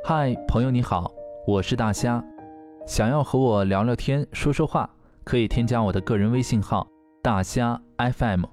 嗨，朋友你好，我是大虾，想要和我聊聊天说说话，可以添加我的个人微信号大虾 FM。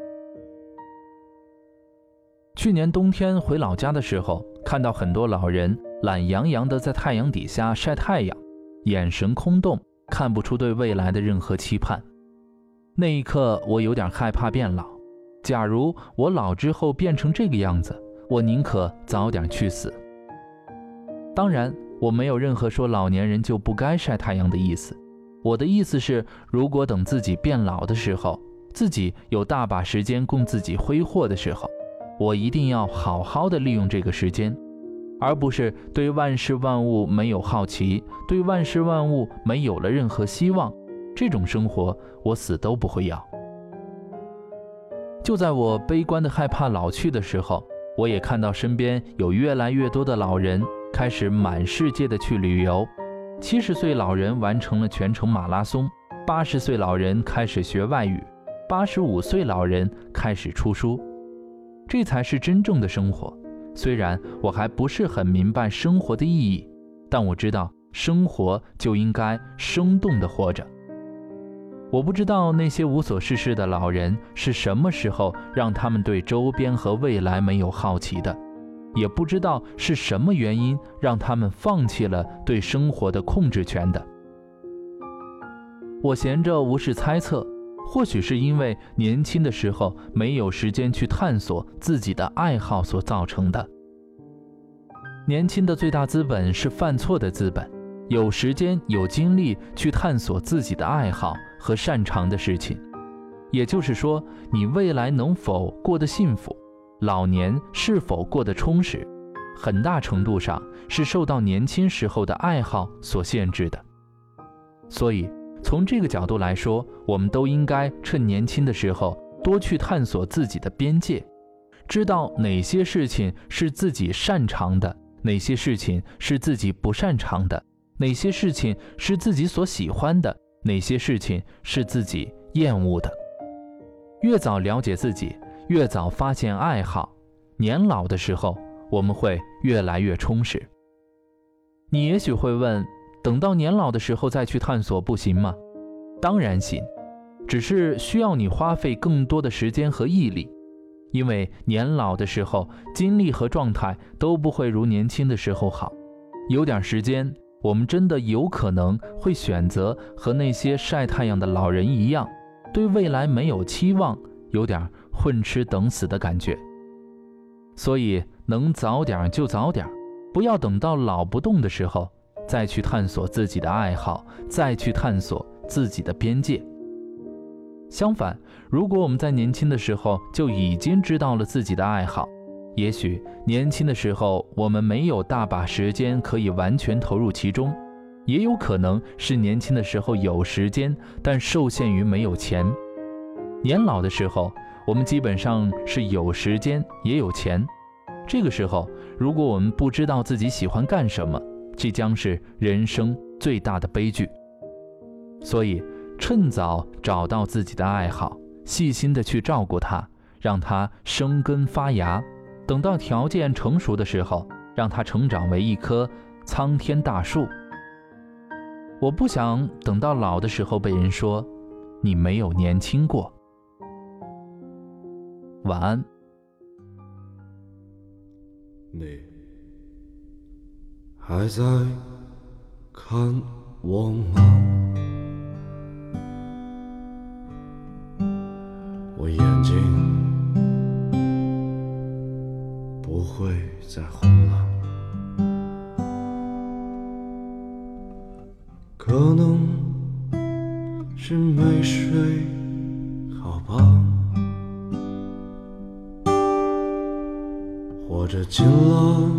去年冬天回老家的时候，看到很多老人懒洋洋地在太阳底下晒太阳，眼神空洞，看不出对未来的任何期盼。那一刻我有点害怕变老，假如我老之后变成这个样子，我宁可早点去死。当然，我没有任何说老年人就不该晒太阳的意思。我的意思是，如果等自己变老的时候，自己有大把时间供自己挥霍的时候，我一定要好好的利用这个时间，而不是对万事万物没有好奇，对万事万物没有了任何希望。这种生活我死都不会要。就在我悲观的害怕老去的时候，我也看到身边有越来越多的老人开始满世界的去旅游。70岁老人完成了全程马拉松，80岁老人开始学外语，85岁老人开始出书。这才是真正的生活。虽然我还不是很明白生活的意义，但我知道生活就应该生动地活着。我不知道那些无所事事的老人是什么时候让他们对周边和未来没有好奇的，也不知道是什么原因让他们放弃了对生活的控制权的。我闲着无事猜测，或许是因为年轻的时候没有时间去探索自己的爱好所造成的。年轻的最大资本是犯错的资本，有时间有精力去探索自己的爱好和擅长的事情。也就是说，你未来能否过得幸福，老年是否过得充实，很大程度上是受到年轻时候的爱好所限制的。所以从这个角度来说，我们都应该趁年轻的时候多去探索自己的边界，知道哪些事情是自己擅长的，哪些事情是自己不擅长的，哪些事情是自己所喜欢的，哪些事情是自己厌恶的。越早了解自己，越早发现爱好，年老的时候我们会越来越充实。你也许会问，等到年老的时候再去探索不行吗？当然行，只是需要你花费更多的时间和毅力。因为年老的时候精力和状态都不会如年轻的时候好，有点时间，我们真的有可能会选择和那些晒太阳的老人一样，对未来没有期望，有点混吃等死的感觉。所以能早点就早点，不要等到老不动的时候再去探索自己的爱好，再去探索自己的边界。相反，如果我们在年轻的时候就已经知道了自己的爱好，也许年轻的时候我们没有大把时间可以完全投入其中，也有可能是年轻的时候有时间，但受限于没有钱。年老的时候，我们基本上是有时间也有钱。这个时候，如果我们不知道自己喜欢干什么，这将是人生最大的悲剧。所以趁早找到自己的爱好，细心地去照顾它，让它生根发芽，等到条件成熟的时候，让它成长为一棵苍天大树。我不想等到老的时候被人说你没有年轻过。晚安。 你还在看我吗？我眼睛不会再红了，可能是没睡好吧，或者进了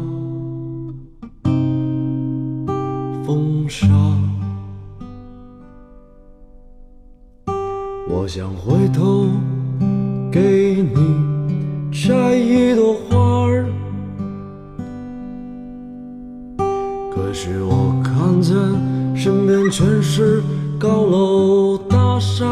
风沙。我想回头给你摘一朵花儿，可是我看见身边全是高楼大厦。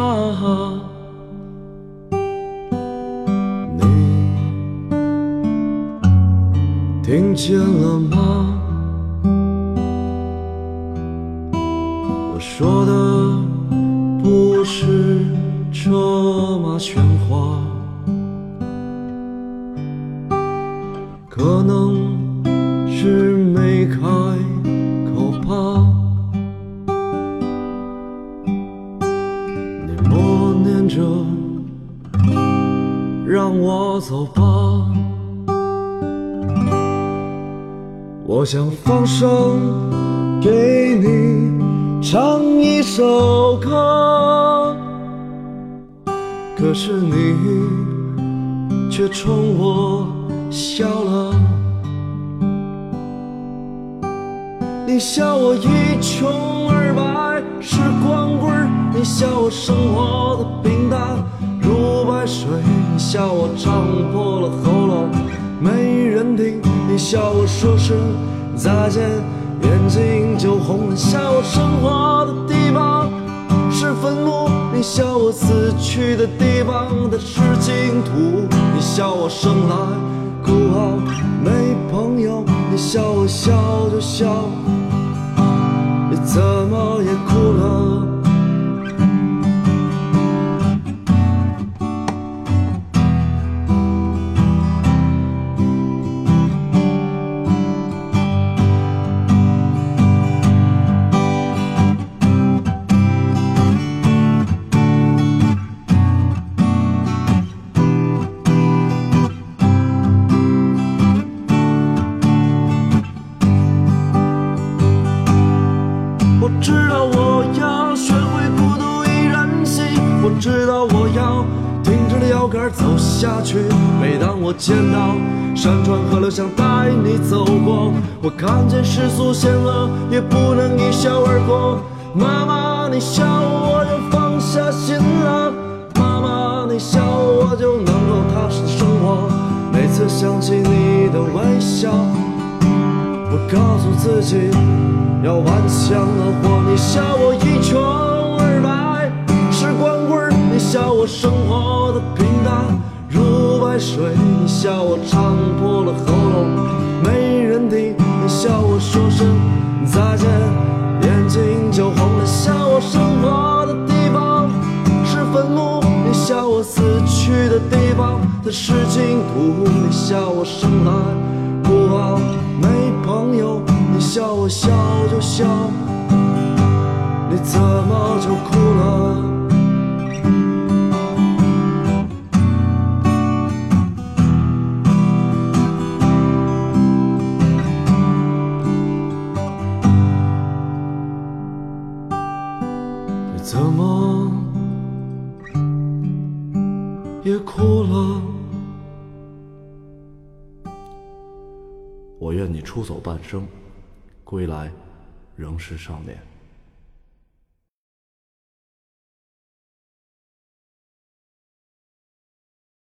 你听见了吗？ 说的不是车马喧哗，可能是没开口吧。你默念着让我走吧，我想放声给你唱一首歌，可是你却冲我笑了。你笑我一穷二白是光棍，你笑我生活的平淡如白水，你笑我唱破了喉咙没人听，你笑我说声再见眼睛就红了，笑我生活的地方是坟墓，你笑我死去的地方的是净土，你笑我生来孤傲没朋友，你笑我笑就笑，你怎么也哭了。我知道我要学会孤独一人行，我知道我要挺直了腰杆走下去。每当我见到山川河流，想带你走过，我看见世俗险恶，也不能一笑而过。妈妈，你笑我就放下心了，妈妈，你笑我就能够踏实的生活。每次想起你的微笑，我告诉自己要顽强地活。你笑我一穷二白是光棍，你笑我生活的平淡如白水，你笑我唱破了喉咙没人听，你笑我说声再见眼睛就红了，笑我生活的地方是坟墓，你笑我死去的地方它是净土，你笑我生来孤傲没朋友，你笑我笑就笑，你怎么就哭了？你怎么也哭了？我愿你出走半生，归来仍是少年。